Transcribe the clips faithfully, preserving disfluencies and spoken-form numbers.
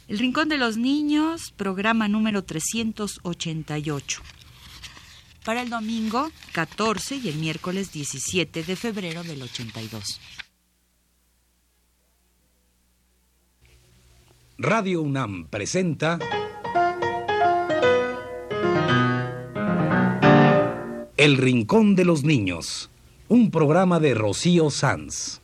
El Rincón de los Niños, programa número trescientos ochenta y ocho. Para el domingo catorce y el miércoles diecisiete de febrero del ochenta y dos. Radio UNAM presenta El Rincón de los Niños, un programa de Rocío Sanz.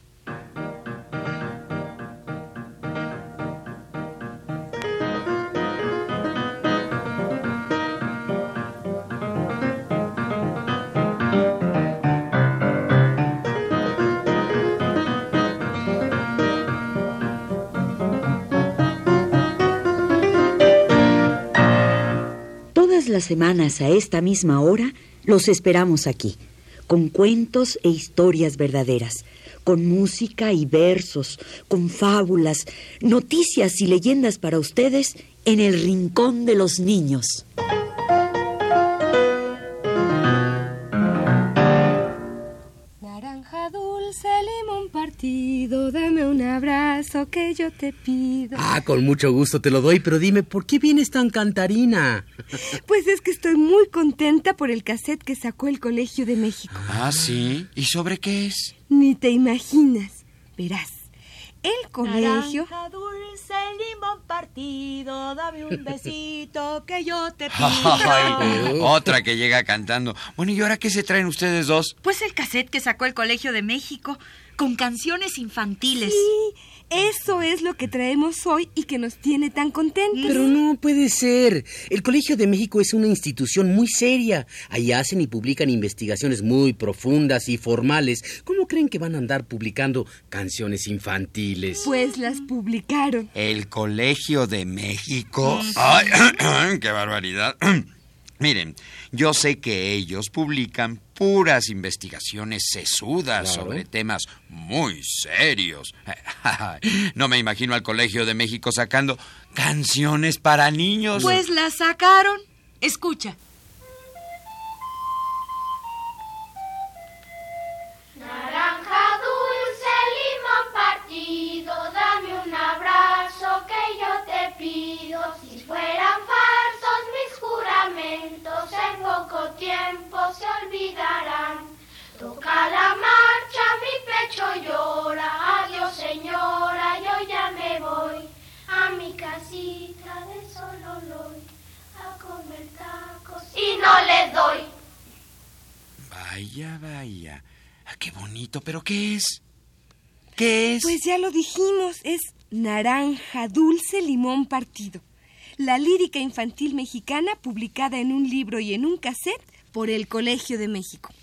Las semanas a esta misma hora los esperamos aquí, con cuentos e historias verdaderas, con música y versos, con fábulas, noticias y leyendas para ustedes en el Rincón de los Niños. Naranja dulce, limón partido, dame un abrazo que yo te pido. Ah, con mucho gusto te lo doy, pero dime, ¿por qué vienes tan cantarina? Pues es que estoy muy contenta por el cassette que sacó el Colegio de México. Ah, ¿sí? ¿Y sobre qué es? Ni te imaginas. Verás, el colegio... Naranja dulce, limón partido, dame un besito que yo te pido. Ay, otra que llega cantando. Bueno, ¿y ahora qué se traen ustedes dos? Pues el cassette que sacó el Colegio de México, con canciones infantiles. Sí, eso es lo que traemos hoy y que nos tiene tan contentos. Pero no puede ser. El Colegio de México es una institución muy seria. Ahí hacen y publican investigaciones muy profundas y formales. ¿Cómo creen que van a andar publicando canciones infantiles? Pues las publicaron. ¿El Colegio de México? ¡Ay, qué barbaridad! Miren, yo sé que ellos publican puras investigaciones sesudas, claro, sobre temas muy serios. No me imagino al Colegio de México sacando canciones para niños. Pues las sacaron. Escucha. Naranja dulce, limón partido, dame un abrazo que yo te pido. Si fueran falsos mis juramentos, en poco tiempo se olvidarán. Toca la marcha, mi pecho llora. Adiós, señora, yo ya me voy a mi casita de Sololoy a comer tacos y no les doy. Vaya, vaya. Ah, qué bonito, ¿pero qué es? ¿Qué es? Pues ya lo dijimos, es Naranja dulce, limón partido. La lírica infantil mexicana publicada en un libro y en un cassette por el Colegio de México.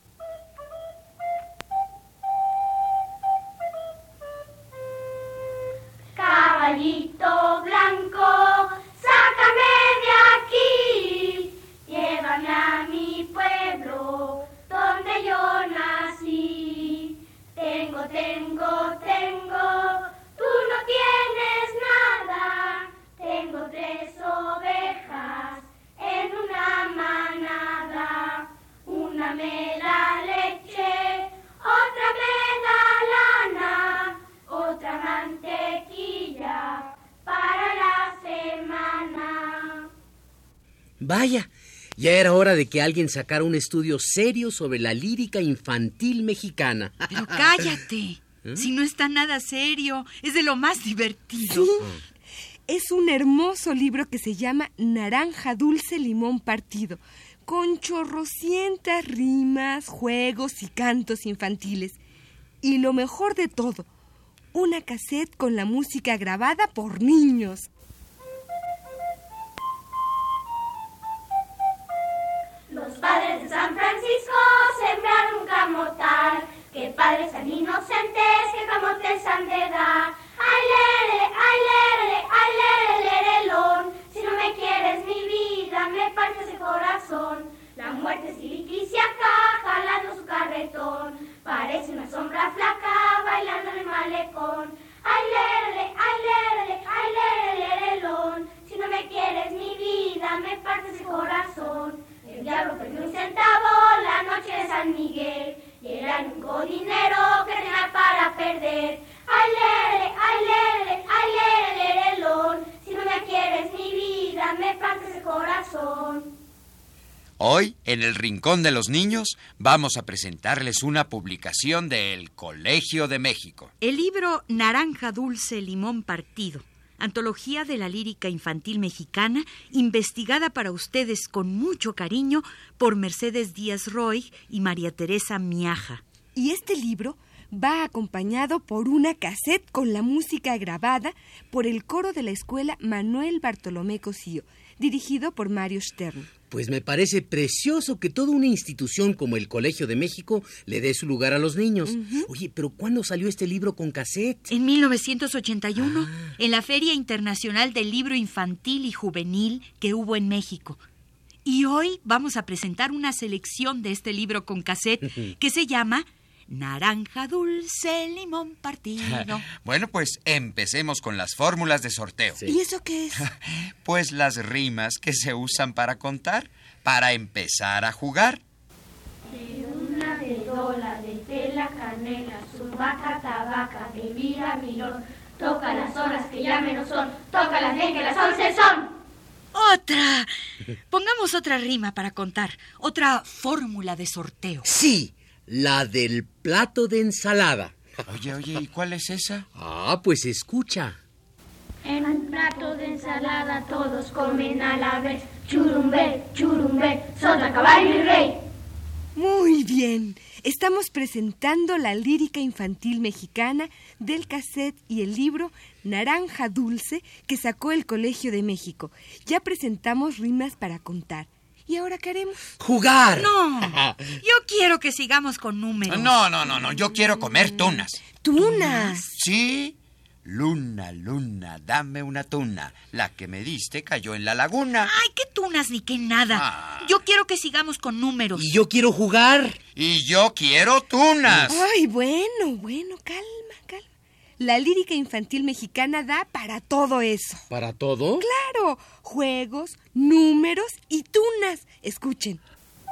Caballito blanco, sácame de aquí, llévame a mi pueblo, donde yo nací. Tengo, tengo, tengo, tú no tienes nada. Tengo tres ovejas en una manada. Una me da leche, otra me da lana, otra mantequilla para la semana. Vaya, ya era hora de que alguien sacara un estudio serio sobre la lírica infantil mexicana. Pero cállate, ¿eh? Si no está nada serio, es de lo más divertido. Sí. Es un hermoso libro que se llama Naranja dulce, limón partido, con chorrocientas rimas, juegos y cantos infantiles. Y lo mejor de todo, una cassette con la música grabada por niños. Los padres de San Francisco sembraron un camotal. ¡Qué padres tan inocentes, qué camotes han de dar! ¡Ay, lere, ay, lere, ay, lere, lerelón! Si no me quieres mi vida, me partes el corazón. La muerte siliciaca, jalando su carretón. Parece una sombra flaca, bailando en el malecón. ¡Ay, lere, ay, lere, ay, lere, lerelón! Si no me quieres mi vida, me partes el corazón. El diablo perdió un centavo la noche de San Miguel. Y era el único dinero que tenía para perder. ¡Ay, lere, Hoy, en el Rincón de los Niños, vamos a presentarles una publicación del Colegio de México. El libro Naranja Dulce, Limón Partido, antología de la lírica infantil mexicana, investigada para ustedes con mucho cariño por Mercedes Díaz Roig y María Teresa Miaja. Y este libro va acompañado por una cassette con la música grabada por el coro de la escuela Manuel Bartolomé Cosío, dirigido por Mario Stern. Pues me parece precioso que toda una institución como el Colegio de México le dé su lugar a los niños. Uh-huh. Oye, ¿pero cuándo salió este libro con cassette? En mil novecientos ochenta y uno, ah. en la Feria Internacional del Libro Infantil y Juvenil que hubo en México. Y hoy vamos a presentar una selección de este libro con cassette uh-huh. que se llama Naranja Dulce, Limón Partido. Bueno, pues empecemos con las fórmulas de sorteo. Sí. ¿Y eso qué es? Pues las rimas que se usan para contar, para empezar a jugar. De una, de dólar, de tela, canela, zurbaca, tabaca, de vida, milón. Toca las horas que ya menos son, toca las bien que las once son. ¡Otra! Pongamos otra rima para contar, otra fórmula de sorteo. Sí. La del plato de ensalada. Oye, oye, ¿y cuál es esa? Ah, pues escucha. En un plato de ensalada todos comen a la vez. Churumbé, churumbé, sota, caballo y rey. Muy bien. Estamos presentando la lírica infantil mexicana del cassette y el libro Naranja Dulce que sacó el Colegio de México. Ya presentamos rimas para contar. ¿Y ahora qué haremos? ¡Jugar! No, yo quiero que sigamos con números. No, no, no, no, yo quiero comer tunas. ¿Tunas? Sí. Luna, luna, dame una tuna. La que me diste cayó en la laguna. Ay, qué tunas ni qué nada. Ah. Yo quiero que sigamos con números. Y yo quiero jugar. Y yo quiero tunas. Ay, bueno, bueno, calma, calma. La lírica infantil mexicana da para todo eso. ¿Para todo? ¡Claro! Juegos, números y tunas. Escuchen.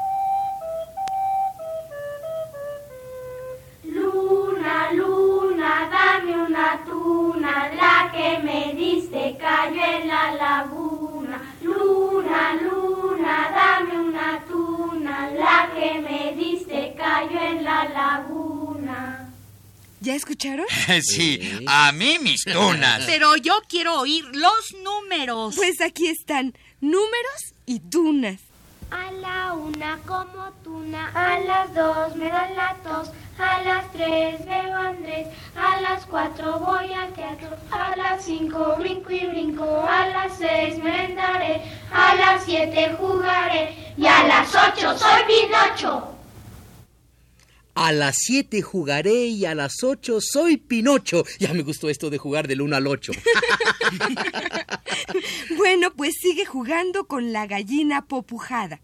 Luna, luna, dame una tuna. La que me diste cayó en la laguna. Luna, luna, dame una tuna. La que me diste cayó en la laguna. ¿Ya escucharon? Sí, a mí mis tunas. Pero yo quiero oír los números. Pues aquí están, números y tunas. A la una como tuna, a las dos me da la tos, a las tres veo a Andrés, a las cuatro voy al teatro, a las cinco brinco y brinco, a las seis merendaré, a las siete jugaré y a las ocho soy Pinocho. A las siete jugaré y a las ocho soy Pinocho. Ya me gustó esto de jugar del uno al ocho. Bueno, pues sigue jugando con la gallina popujada.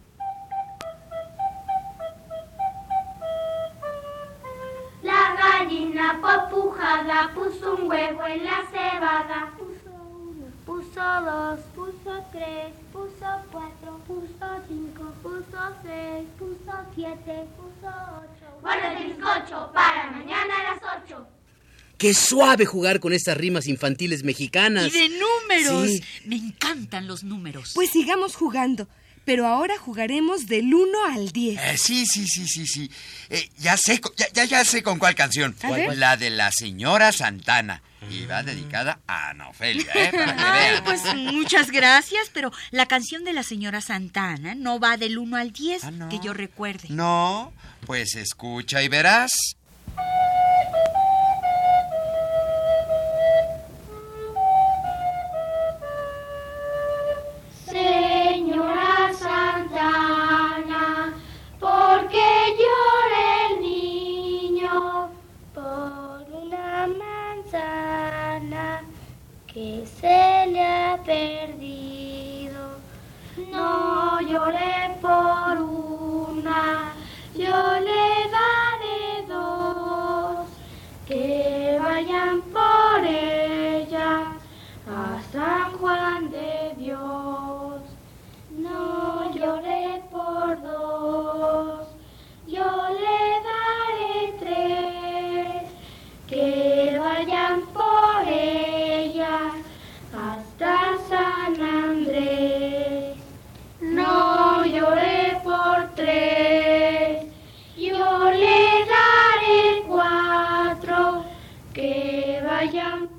La gallina popujada puso un huevo en la cebada. Puso uno, puso dos, puso tres, puso cuatro, puso cinco, puso seis, puso siete, puso ocho. Guárdate el bizcocho para mañana a las ocho. ¡Qué suave jugar con estas rimas infantiles mexicanas! ¡Y de números! Sí. Me encantan los números. Pues sigamos jugando, pero ahora jugaremos del uno al diez. Eh, sí, sí, sí, sí, sí. Eh, ya sé, ya, ya, ya sé con cuál canción. ¿Cuál? La de la señora Santana. Y va dedicada a Ana Ofelia, ¿eh? Para que Ay, vean. pues muchas gracias, pero la canción de la señora Santana no va del uno al diez, ¿Ah, no? que yo recuerde. No, pues escucha y verás. Señora Santana, ¿por qué llora el niño? Por una manzana que se le ha perdido. No lloré por una, yo le daré dos, que vayan por ella a San Juan de Dios. No lloré por dos, yo le daré tres, que vayan por ella hasta San Andrés. No lloré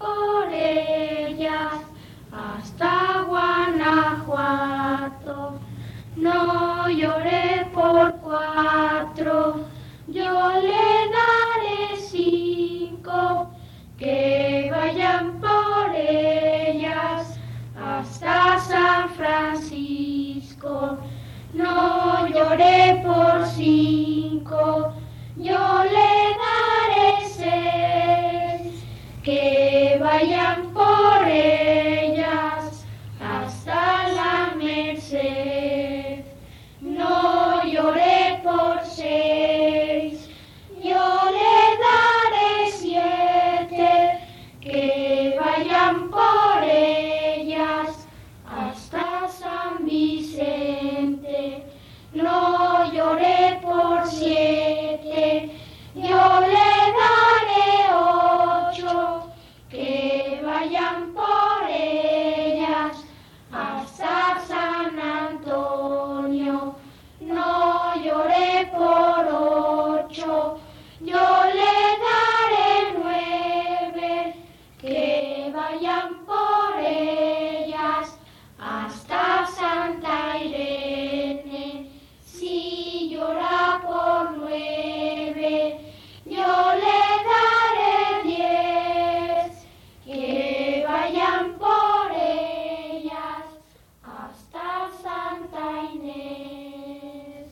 por ellas hasta Guanajuato. No lloré por cuatro, yo le daré cinco, que vayan por ellas hasta San Francisco. No lloré por cinco, yo le daré seis, que vayan por ellas hasta la Merced. No lloré por seis, yo le daré siete, que vayan por ellas hasta San Vicente. No lloré por siete, yo le daré ocho, que vayan por ellas hasta San Antonio. No lloré por ocho, yo le daré nueve, que vayan por ellas hasta Santa Irene. Si llora por nueve, yo le daré diez, que vayan por ellas hasta Santa Inés.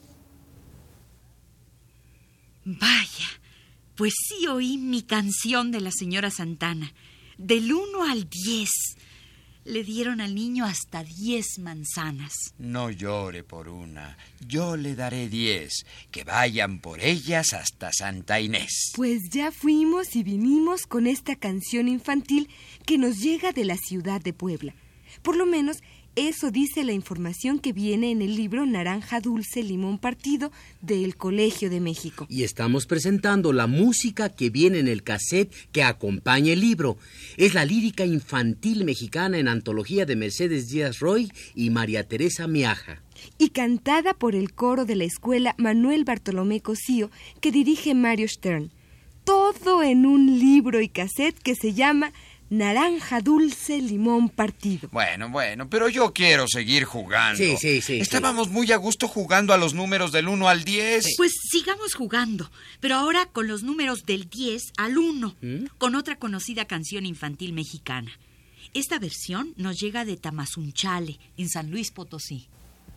Vaya, pues sí oí mi canción de la señora Santana. Del uno al diez. Le dieron al niño hasta diez manzanas. No llore por una, yo le daré diez, que vayan por ellas hasta Santa Inés. Pues ya fuimos y vinimos con esta canción infantil que nos llega de la ciudad de Puebla. Por lo menos eso dice la información que viene en el libro Naranja Dulce, Limón Partido del Colegio de México. Y estamos presentando la música que viene en el cassette que acompaña el libro. Es la lírica infantil mexicana en antología de Mercedes Díaz Roy y María Teresa Miaja. Y cantada por el coro de la escuela Manuel Bartolomé Cosío, que dirige Mario Stern. Todo en un libro y cassette que se llama Naranja Dulce, Limón Partido. Bueno, bueno, pero yo quiero seguir jugando. Sí, sí, sí. Estábamos sí. muy a gusto jugando a los números del uno al diez. Pues sigamos jugando, pero ahora con los números del diez al uno, ¿Mm? Con otra conocida canción infantil mexicana. Esta versión nos llega de Tamazunchale, en San Luis Potosí.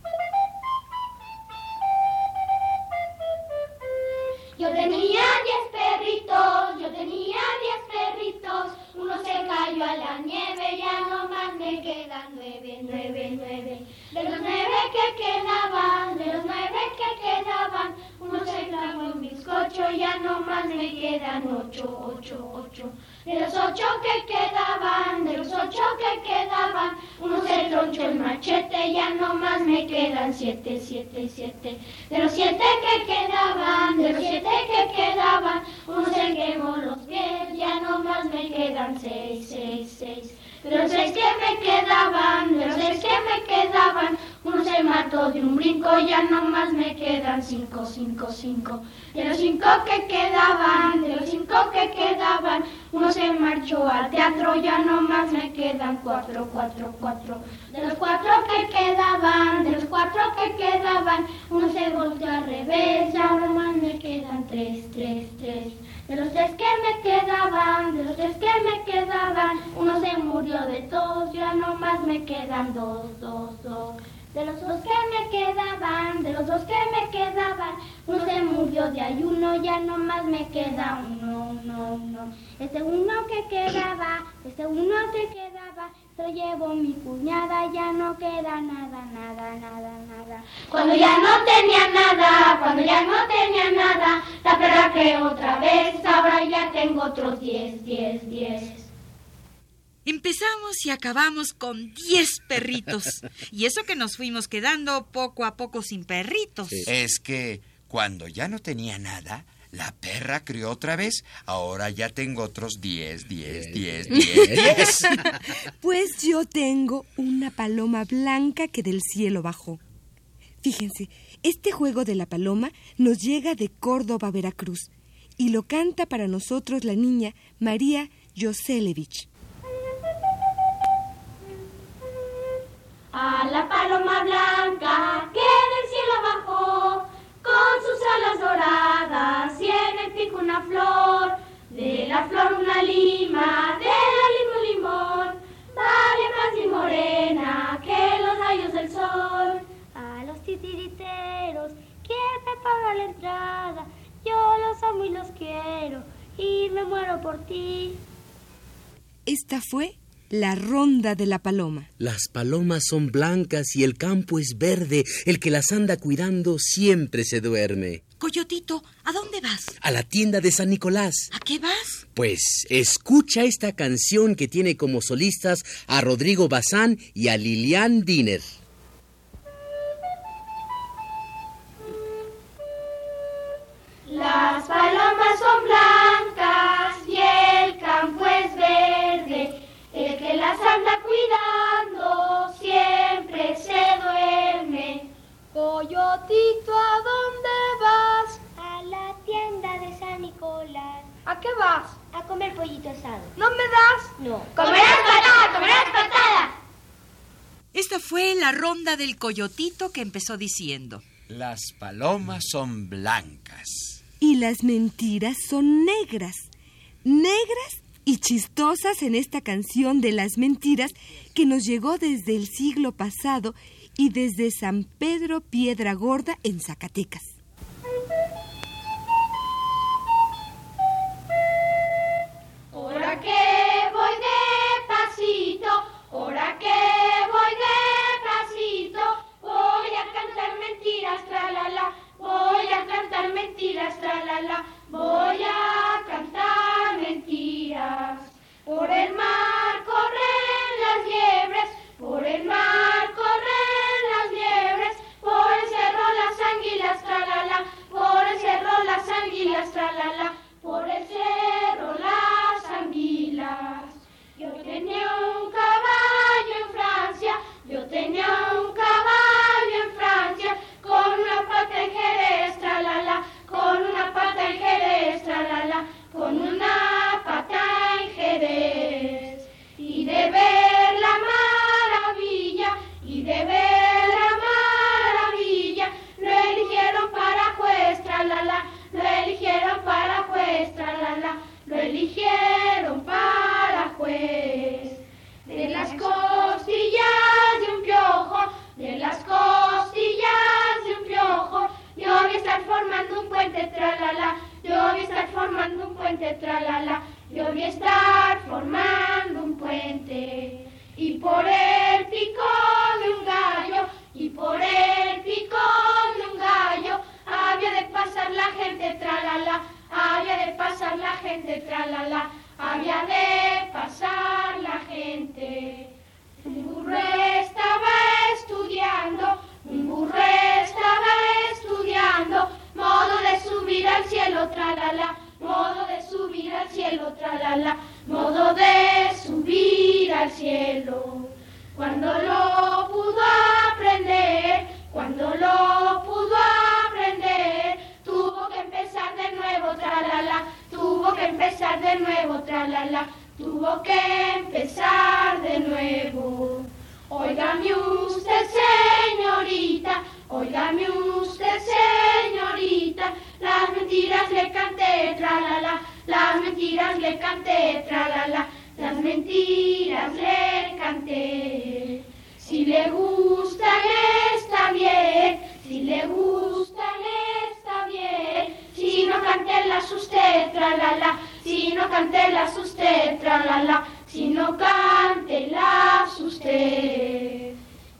Yo tenía diez perritos, yo tenía diez perritos, uno se cayó a la nieve, ya no más me quedan nueve, nueve, nueve. De los nueve que quedaban, de los nueve que quedaban, uno se clavó en bizcocho, ya no más me quedan ocho, ocho, ocho. De los ocho que quedaban, de los ocho que quedaban, uno se tronchó el machete, ya no más me quedan siete, siete, siete. De los siete que quedaban, de los siete que quedaban, uno se quemó los pies, ya no más me quedan seis, seis, seis. De los seis que me quedaban, de los seis que me quedaban, uno se mató de un brinco, ya no más me quedan cinco, cinco, cinco. De los cinco que quedaban, de los cinco que quedaban, uno se marchó al teatro, ya no más me quedan cuatro, cuatro, cuatro. De los cuatro que quedaban, de los cuatro que quedaban, uno se volteó al revés, ya no más me quedan tres, tres, tres. De los tres que me quedaban, de los tres que me quedaban, uno se murió de tos, ya no más me quedan dos, dos, dos. De los dos que me quedaban, de los dos que me quedaban, uno se murió de ayuno, ya no más me queda uno, uno, uno. Este uno que quedaba, este uno que quedaba, se lo llevó mi cuñada, ya no queda nada, nada, nada, nada. Cuando ya no tenía nada, cuando ya no tenía nada, la perra que otra vez, ahora ya tengo otros diez, diez, diez. Empezamos y acabamos con diez perritos. Y eso que nos fuimos quedando poco a poco sin perritos. Sí. Es que cuando ya no tenía nada, la perra crió otra vez. Ahora ya tengo otros diez, diez, diez, diez, diez. Pues yo tengo una paloma blanca que del cielo bajó. Fíjense, este juego de la paloma nos llega de Córdoba, Veracruz. Y lo canta para nosotros la niña María Joselevich. paloma blanca que del cielo bajó, con sus alas doradas y en el pico una flor, de la flor una lima, de la lima un limón, vale más y morena que los rayos del sol. A los titiriteros, ¿quién me paga la entrada? Yo los amo y los quiero, y me muero por ti. Esta fue La Ronda de la Paloma. Las palomas son blancas y el campo es verde. El que las anda cuidando siempre se duerme. Coyotito, ¿a dónde vas? A la tienda de San Nicolás. ¿A qué vas? Pues escucha esta canción que tiene como solistas a Rodrigo Bazán y a Lilian Diner. Las palomas son blancas y el campo es verde. El que las anda cuidando siempre se duerme. Coyotito, ¿a dónde vas? A la tienda de San Nicolás. ¿A qué vas? A comer pollito asado. ¿No me das? No. ¡Comerás patada! ¡Comerás patada! Esta fue la ronda del Coyotito que empezó diciendo: Las palomas son blancas. Y las mentiras son negras. Negras y chistosas en esta canción de las mentiras que nos llegó desde el siglo pasado y desde San Pedro Piedra Gorda en Zacatecas. Ahora que voy despacito, ahora que voy despacito, voy a cantar mentiras, tra-la-la, voy a cantar mentiras, tra-la-la, voy a cantar mentiras. Por el mar corren las liebres, por el mar corren las liebres, por el cerro las anguilas, tra-la-la, por el cerro las anguilas, tra-la-la, por el cerro las anguilas. Yo tenía un caballo en Francia, yo tenía un caballo en Francia, con una pata en Jerez, tra-la-la, con una pata en Jerez, tra-la-la, con una pata en Jerez. Y de ver la maravilla, y de ver la maravilla, lo eligieron para juez, tra-la-la, lo eligieron para juez, tra-la-la, lo eligieron para juez. De las costillas de un piojo, de las costillas de un piojo, yo voy a estar formando un puente, tra-la-la, yo voy a estar formando un puente, tra-la-la, yo voy a estar formando un puente. Y por el pico de un gallo, y por el pico de un gallo, había de pasar la gente, tra-la-la, había de pasar la gente, tra-la-la, había de pasar la gente. Un burro estaba estudiando, un burro estaba estudiando, modo de subir al cielo, tra-la-la, modo de subir al cielo, tra-la-la, modo de subir al cielo. Cuando lo pudo aprender, cuando lo pudo aprender, tuvo que empezar de nuevo, tra-la-la, tuvo que empezar de nuevo, tra-la-la, tuvo que empezar de nuevo. Óigame usted, señorita, óigame usted, señorita, las mentiras le canté, tra-la-la, las mentiras le canté, tra-la-la, las mentiras le canté. Si le gustan está bien, si le gustan está bien, si no cántelas usted, tra-la-la, si no cántelas usted, tra-la-la, si no cántelas usted.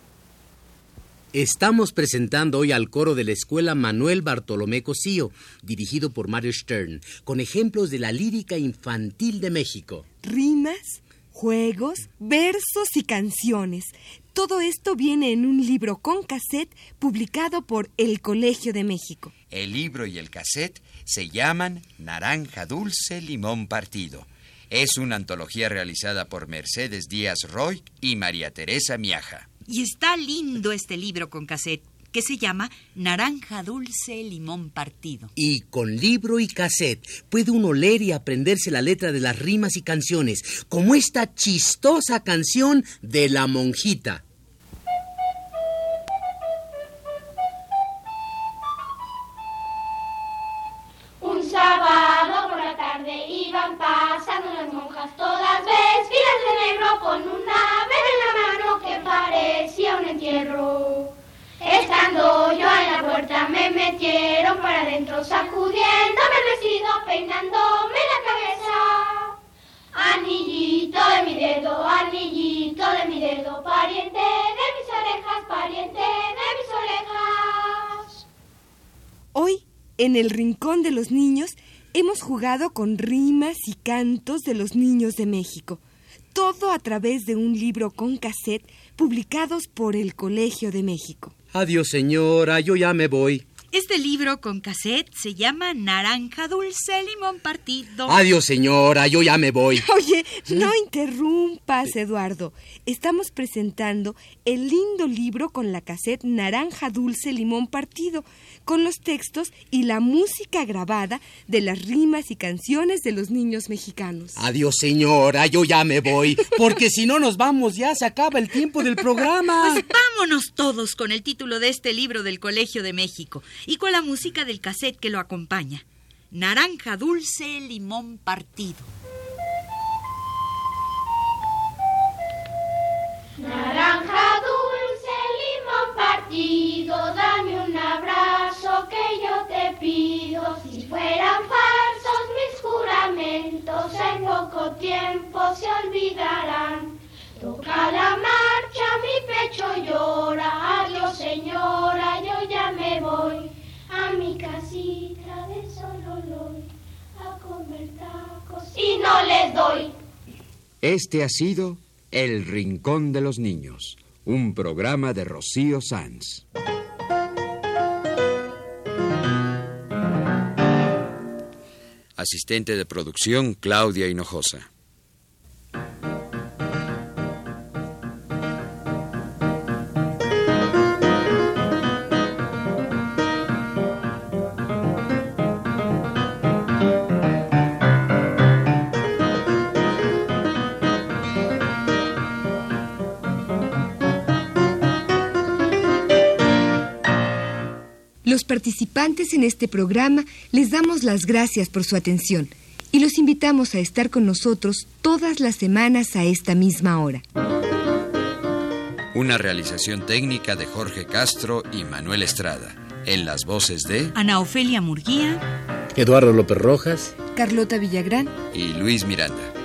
Estamos presentando hoy al coro de la Escuela Manuel Bartolomé Cosío, dirigido por Mario Stern, con ejemplos de la lírica infantil de México. Rimas, juegos, versos y canciones. Todo esto viene en un libro con cassette publicado por el Colegio de México. El libro y el cassette se llaman Naranja Dulce, Limón Partido. Es una antología realizada por Mercedes Díaz Roy y María Teresa Miaja. Y está lindo este libro con cassette, que se llama Naranja Dulce, Limón Partido. Y con libro y cassette puede uno leer y aprenderse la letra de las rimas y canciones, como esta chistosa canción de La Monjita. adentro, sacudiéndome el vestido, peinándome la cabeza. Anillito de mi dedo, anillito de mi dedo, pariente de mis orejas, pariente de mis orejas. Hoy, en el Rincón de los Niños, hemos jugado con rimas y cantos de los niños de México. Todo a través de un libro con cassette publicados por el Colegio de México. Adiós, señora, yo ya me voy. Este libro con cassette se llama Naranja Dulce, Limón Partido. Adiós, señora, yo ya me voy. Oye, no interrumpas, Eduardo. Estamos presentando el lindo libro con la cassette Naranja Dulce, Limón Partido, con los textos y la música grabada de las rimas y canciones de los niños mexicanos. Adiós, señora, yo ya me voy, porque si no nos vamos ya se acaba el tiempo del programa. Pues vámonos todos con el título de este libro del Colegio de México y con la música del cassette que lo acompaña. Naranja Dulce, Limón Partido. Naranja dulce, limón partido, dame un abrazo que yo te pido. Si fueran falsos mis juramentos, en poco tiempo se olvidarán. Toca la marcha, mi pecho llora, adiós señora, yo ya me voy a mi casita de Sololoy a comer tacos y no les doy. Este ha sido El Rincón de los Niños, un programa de Rocío Sanz. Asistente de producción, Claudia Hinojosa. Los participantes en este programa les damos las gracias por su atención y los invitamos a estar con nosotros todas las semanas a esta misma hora. Una realización técnica de Jorge Castro y Manuel Estrada. En las voces de Ana Ofelia Murguía, Eduardo López Rojas, Carlota Villagrán y Luis Miranda.